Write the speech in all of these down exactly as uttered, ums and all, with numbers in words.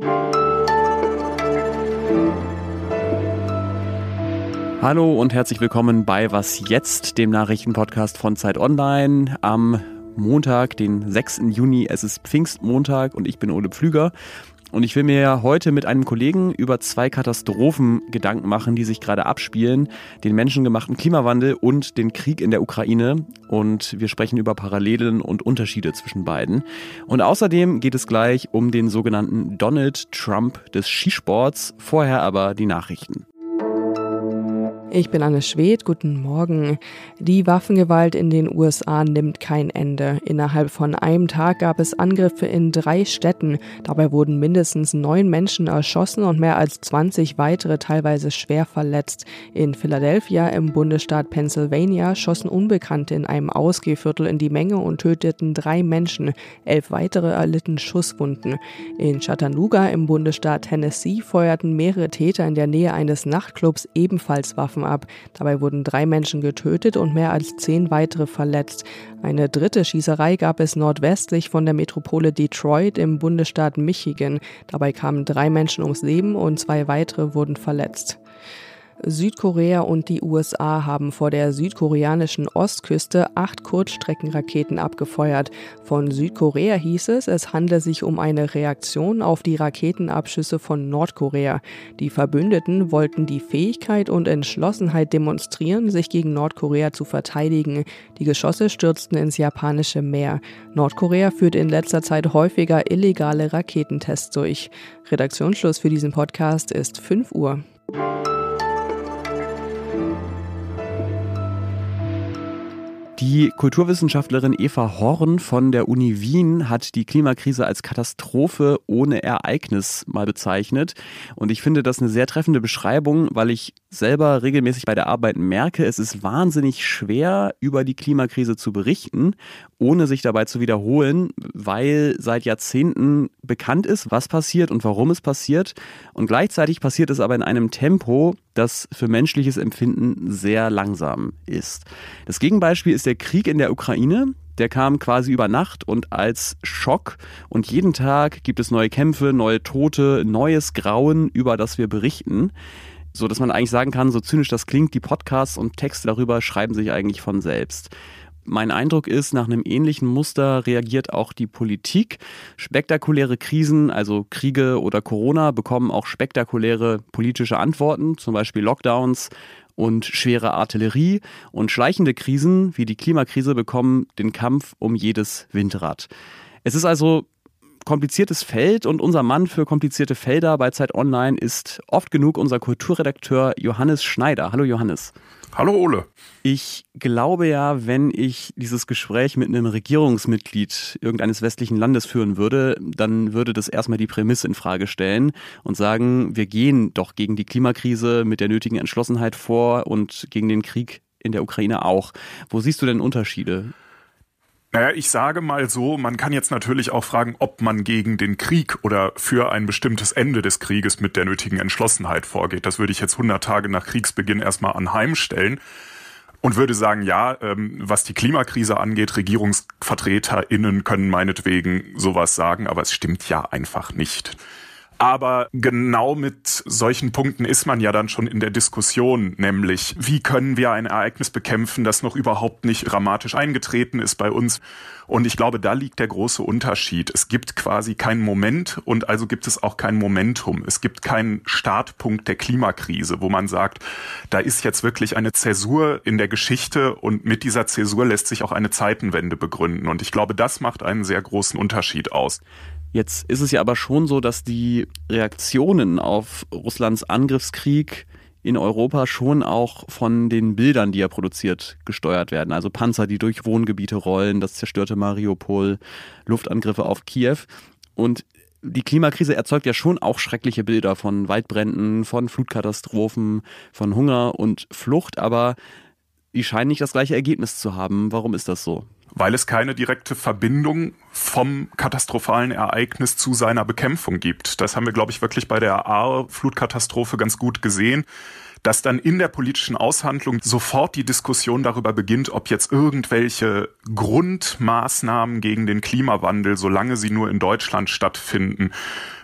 Hallo und herzlich willkommen bei Was jetzt, dem Nachrichtenpodcast von Zeit Online am Montag, den sechsten Juni. Es ist Pfingstmontag und ich bin Ole Pflüger. Und ich will mir heute mit einem Kollegen über zwei Katastrophen Gedanken machen, die sich gerade abspielen. Den menschengemachten Klimawandel und den Krieg in der Ukraine. Und wir sprechen über Parallelen und Unterschiede zwischen beiden. Und außerdem geht es gleich um den sogenannten Donald Trump des Skisports. Vorher aber die Nachrichten. Ich bin Anne Schwedt, guten Morgen. Die Waffengewalt in den U S A nimmt kein Ende. Innerhalb von einem Tag gab es Angriffe in drei Städten. Dabei wurden mindestens neun Menschen erschossen und mehr als zwanzig weitere teilweise schwer verletzt. In Philadelphia im Bundesstaat Pennsylvania schossen Unbekannte in einem Ausgehviertel in die Menge und töteten drei Menschen. Elf weitere erlitten Schusswunden. In Chattanooga im Bundesstaat Tennessee feuerten mehrere Täter in der Nähe eines Nachtclubs ebenfalls Waffen ab. Dabei wurden drei Menschen getötet und mehr als zehn weitere verletzt. Eine dritte Schießerei gab es nordwestlich von der Metropole Detroit im Bundesstaat Michigan. Dabei kamen drei Menschen ums Leben und zwei weitere wurden verletzt. Südkorea und die U S A haben vor der südkoreanischen Ostküste acht Kurzstreckenraketen abgefeuert. Von Südkorea hieß es, es handle sich um eine Reaktion auf die Raketenabschüsse von Nordkorea. Die Verbündeten wollten die Fähigkeit und Entschlossenheit demonstrieren, sich gegen Nordkorea zu verteidigen. Die Geschosse stürzten ins japanische Meer. Nordkorea führt in letzter Zeit häufiger illegale Raketentests durch. Redaktionsschluss für diesen Podcast ist fünf Uhr. Die Kulturwissenschaftlerin Eva Horn von der Uni Wien hat die Klimakrise als Katastrophe ohne Ereignis mal bezeichnet. Und ich finde das eine sehr treffende Beschreibung, weil ich selber regelmäßig bei der Arbeit merke, es ist wahnsinnig schwer, über die Klimakrise zu berichten, ohne sich dabei zu wiederholen, weil seit Jahrzehnten bekannt ist, was passiert und warum es passiert. Und gleichzeitig passiert es aber in einem Tempo, das für menschliches Empfinden sehr langsam ist. Das Gegenbeispiel ist der Krieg in der Ukraine. Der kam quasi über Nacht und als Schock. Und jeden Tag gibt es neue Kämpfe, neue Tote, neues Grauen, über das wir berichten. So dass man eigentlich sagen kann, so zynisch das klingt, die Podcasts und Texte darüber schreiben sich eigentlich von selbst. Mein Eindruck ist, nach einem ähnlichen Muster reagiert auch die Politik. Spektakuläre Krisen, also Kriege oder Corona, bekommen auch spektakuläre politische Antworten, zum Beispiel Lockdowns und schwere Artillerie. Und schleichende Krisen wie die Klimakrise bekommen den Kampf um jedes Windrad. Es ist also kompliziertes Feld und unser Mann für komplizierte Felder bei Zeit Online ist oft genug unser Kulturredakteur Johannes Schneider. Hallo Johannes. Hallo Ole. Ich glaube ja, wenn ich dieses Gespräch mit einem Regierungsmitglied irgendeines westlichen Landes führen würde, dann würde das erstmal die Prämisse in Frage stellen und sagen, wir gehen doch gegen die Klimakrise mit der nötigen Entschlossenheit vor und gegen den Krieg in der Ukraine auch. Wo siehst du denn Unterschiede? Naja, ich sage mal so, man kann jetzt natürlich auch fragen, ob man gegen den Krieg oder für ein bestimmtes Ende des Krieges mit der nötigen Entschlossenheit vorgeht. Das würde ich jetzt hundert Tage nach Kriegsbeginn erstmal anheimstellen und würde sagen, ja, ähm, was die Klimakrise angeht, RegierungsvertreterInnen können meinetwegen sowas sagen, aber es stimmt ja einfach nicht. Aber genau mit solchen Punkten ist man ja dann schon in der Diskussion, nämlich wie können wir ein Ereignis bekämpfen, das noch überhaupt nicht dramatisch eingetreten ist bei uns. Und ich glaube, da liegt der große Unterschied. Es gibt quasi keinen Moment und also gibt es auch kein Momentum. Es gibt keinen Startpunkt der Klimakrise, wo man sagt, da ist jetzt wirklich eine Zäsur in der Geschichte und mit dieser Zäsur lässt sich auch eine Zeitenwende begründen. Und ich glaube, das macht einen sehr großen Unterschied aus. Jetzt ist es ja aber schon so, dass die Reaktionen auf Russlands Angriffskrieg in Europa schon auch von den Bildern, die er produziert, gesteuert werden. Also Panzer, die durch Wohngebiete rollen, das zerstörte Mariupol, Luftangriffe auf Kiew. Und die Klimakrise erzeugt ja schon auch schreckliche Bilder von Waldbränden, von Flutkatastrophen, von Hunger und Flucht. Aber die scheinen nicht das gleiche Ergebnis zu haben. Warum ist das so? Weil es keine direkte Verbindung vom katastrophalen Ereignis zu seiner Bekämpfung gibt. Das haben wir, glaube ich, wirklich bei der Ahr-Flutkatastrophe ganz gut gesehen, dass dann in der politischen Aushandlung sofort die Diskussion darüber beginnt, ob jetzt irgendwelche Grundmaßnahmen gegen den Klimawandel, solange sie nur in Deutschland stattfinden,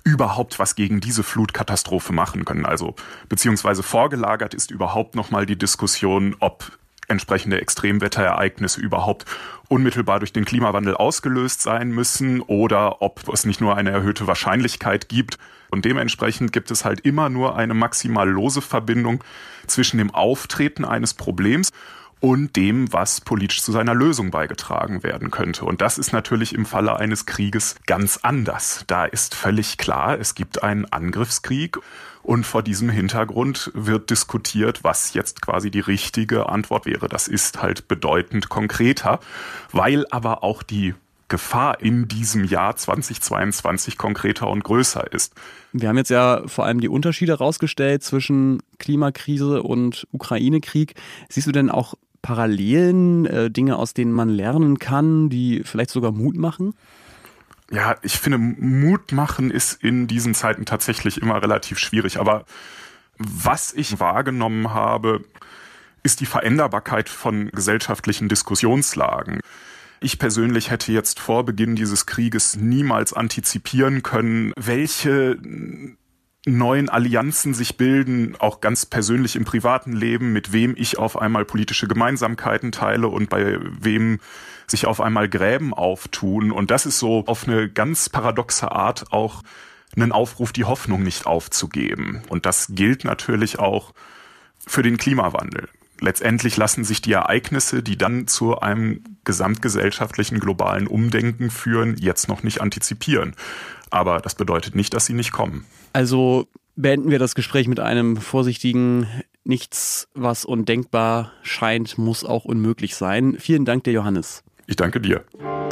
überhaupt was gegen diese Flutkatastrophe machen können. Also beziehungsweise vorgelagert ist überhaupt nochmal die Diskussion, ob entsprechende Extremwetterereignisse überhaupt unmittelbar durch den Klimawandel ausgelöst sein müssen oder ob es nicht nur eine erhöhte Wahrscheinlichkeit gibt. Und dementsprechend gibt es halt immer nur eine maximal lose Verbindung zwischen dem Auftreten eines Problems und dem, was politisch zu seiner Lösung beigetragen werden könnte. Und das ist natürlich im Falle eines Krieges ganz anders. Da ist völlig klar, es gibt einen Angriffskrieg und vor diesem Hintergrund wird diskutiert, was jetzt quasi die richtige Antwort wäre. Das ist halt bedeutend konkreter, weil aber auch die Gefahr in diesem Jahr zweitausendzweiundzwanzig konkreter und größer ist. Wir haben jetzt ja vor allem die Unterschiede rausgestellt zwischen Klimakrise und Ukraine-Krieg. Siehst du denn auch Parallelen, äh, Dinge, aus denen man lernen kann, die vielleicht sogar Mut machen? Ja, ich finde, Mut machen ist in diesen Zeiten tatsächlich immer relativ schwierig. Aber was ich wahrgenommen habe, ist die Veränderbarkeit von gesellschaftlichen Diskussionslagen. Ich persönlich hätte jetzt vor Beginn dieses Krieges niemals antizipieren können, welche neuen Allianzen sich bilden, auch ganz persönlich im privaten Leben, mit wem ich auf einmal politische Gemeinsamkeiten teile und bei wem sich auf einmal Gräben auftun. Und das ist so auf eine ganz paradoxe Art auch ein Aufruf, die Hoffnung nicht aufzugeben. Und das gilt natürlich auch für den Klimawandel. Letztendlich lassen sich die Ereignisse, die dann zu einem gesamtgesellschaftlichen globalen Umdenken führen, jetzt noch nicht antizipieren. Aber das bedeutet nicht, dass sie nicht kommen. Also beenden wir das Gespräch mit einem vorsichtigen Nichts, was undenkbar scheint, muss auch unmöglich sein. Vielen Dank dir, Johannes. Ich danke dir.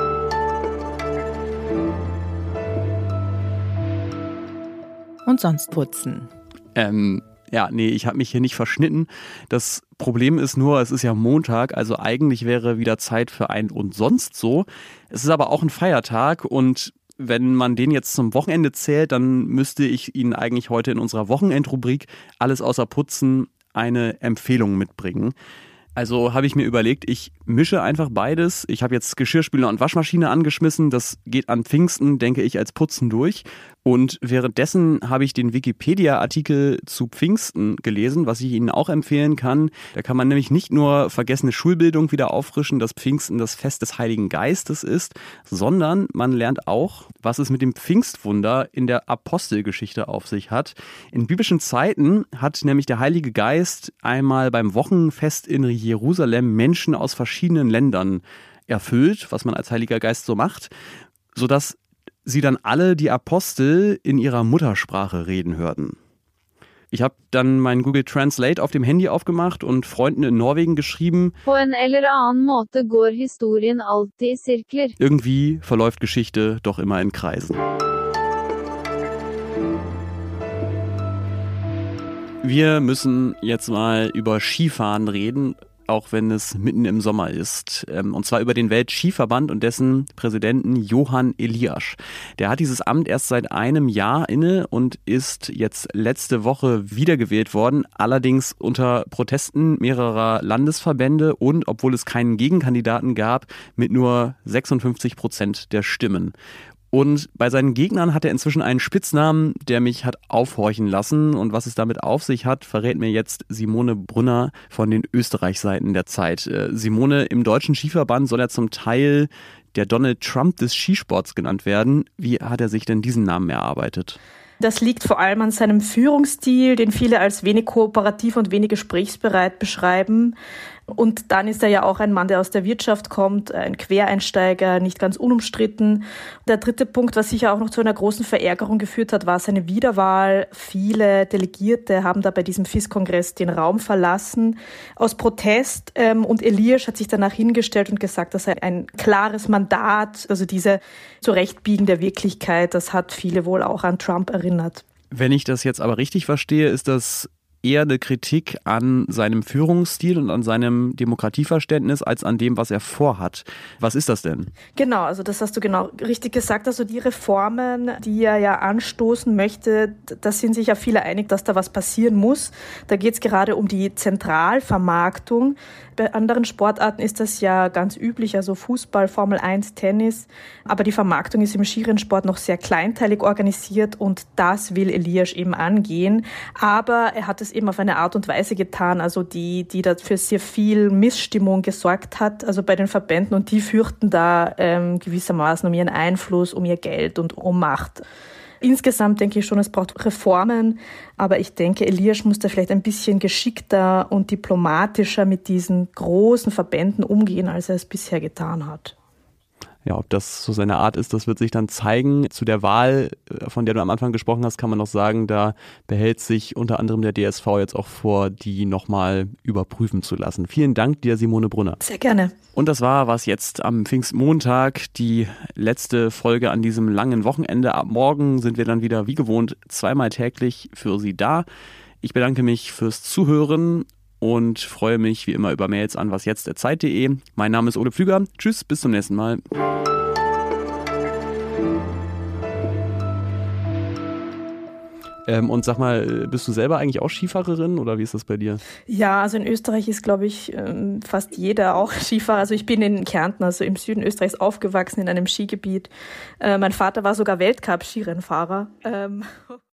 Und sonst putzen. Ähm, ja, nee, ich habe mich hier nicht verschnitten. Das Problem ist nur, es ist ja Montag, also eigentlich wäre wieder Zeit für ein und sonst so. Es ist aber auch ein Feiertag und wenn man den jetzt zum Wochenende zählt, dann müsste ich Ihnen eigentlich heute in unserer Wochenendrubrik Alles außer Putzen eine Empfehlung mitbringen. Also habe ich mir überlegt, ich mische einfach beides. Ich habe jetzt Geschirrspüler und Waschmaschine angeschmissen. Das geht an Pfingsten, denke ich, als Putzen durch. Und währenddessen habe ich den Wikipedia-Artikel zu Pfingsten gelesen, was ich Ihnen auch empfehlen kann. Da kann man nämlich nicht nur vergessene Schulbildung wieder auffrischen, dass Pfingsten das Fest des Heiligen Geistes ist, sondern man lernt auch, was es mit dem Pfingstwunder in der Apostelgeschichte auf sich hat. In biblischen Zeiten hat nämlich der Heilige Geist einmal beim Wochenfest in Jerusalem Menschen aus verschiedenen Ländern erfüllt, was man als Heiliger Geist so macht, sodass sie dann alle die Apostel in ihrer Muttersprache reden hörten. Ich habe dann meinen Google Translate auf dem Handy aufgemacht und Freunden in Norwegen geschrieben, På en eller annen måte går historien alltid i sirkler. Irgendwie verläuft Geschichte doch immer in Kreisen. Wir müssen jetzt mal über Skifahren reden, auch wenn es mitten im Sommer ist. Und zwar über den Weltskiverband und dessen Präsidenten Johan Eliasch. Der hat dieses Amt erst seit einem Jahr inne und ist jetzt letzte Woche wiedergewählt worden, allerdings unter Protesten mehrerer Landesverbände und, obwohl es keinen Gegenkandidaten gab, mit nur sechsundfünfzig Prozent der Stimmen. Und bei seinen Gegnern hat er inzwischen einen Spitznamen, der mich hat aufhorchen lassen. Und was es damit auf sich hat, verrät mir jetzt Simone Brunner von den Österreich-Seiten der Zeit. Simone, im Deutschen Skiverband soll er zum Teil der Donald Trump des Skisports genannt werden. Wie hat er sich denn diesen Namen erarbeitet? Das liegt vor allem an seinem Führungsstil, den viele als wenig kooperativ und wenig gesprächsbereit beschreiben. Und dann ist er ja auch ein Mann, der aus der Wirtschaft kommt, ein Quereinsteiger, nicht ganz unumstritten. Der dritte Punkt, was sicher auch noch zu einer großen Verärgerung geführt hat, war seine Wiederwahl. Viele Delegierte haben da bei diesem F I S-Kongress den Raum verlassen aus Protest. Und Eliasch hat sich danach hingestellt und gesagt, dass er ein klares Mandat, also diese Zurechtbiegen der Wirklichkeit, das hat viele wohl auch an Trump erinnert. Wenn ich das jetzt aber richtig verstehe, ist das eher eine Kritik an seinem Führungsstil und an seinem Demokratieverständnis als an dem, was er vorhat. Was ist das denn? Genau, also das hast du genau richtig gesagt. Also die Reformen, die er ja anstoßen möchte, da sind sich ja viele einig, dass da was passieren muss. Da geht es gerade um die Zentralvermarktung. Bei anderen Sportarten ist das ja ganz üblich, also Fußball, Formel eins, Tennis. Aber die Vermarktung ist im Skirennsport noch sehr kleinteilig organisiert und das will Elias eben angehen. Aber er hat es eben auf eine Art und Weise getan, also die, die da für sehr viel Missstimmung gesorgt hat, also bei den Verbänden, und die fürchten da ähm, gewissermaßen um ihren Einfluss, um ihr Geld und um Macht. Insgesamt denke ich schon, es braucht Reformen, aber ich denke, Elias muss da vielleicht ein bisschen geschickter und diplomatischer mit diesen großen Verbänden umgehen, als er es bisher getan hat. Ja, ob das so seine Art ist, das wird sich dann zeigen. Zu der Wahl, von der du am Anfang gesprochen hast, kann man noch sagen, da behält sich unter anderem der D S V jetzt auch vor, die nochmal überprüfen zu lassen. Vielen Dank dir, Simone Brunner. Sehr gerne. Und das war was jetzt am Pfingstmontag, die letzte Folge an diesem langen Wochenende. Ab morgen sind wir dann wieder wie gewohnt zweimal täglich für Sie da. Ich bedanke mich fürs Zuhören und freue mich wie immer über Mails an wasjetzt punkt zeit punkt de. Mein Name ist Ole Pflüger. Tschüss, bis zum nächsten Mal. Ähm, und sag mal, bist du selber eigentlich auch Skifahrerin oder wie ist das bei dir? Ja, also in Österreich ist, glaube ich, fast jeder auch Skifahrer. Also ich bin in Kärnten, also im Süden Österreichs, aufgewachsen in einem Skigebiet. Mein Vater war sogar Weltcup-Skirennfahrer.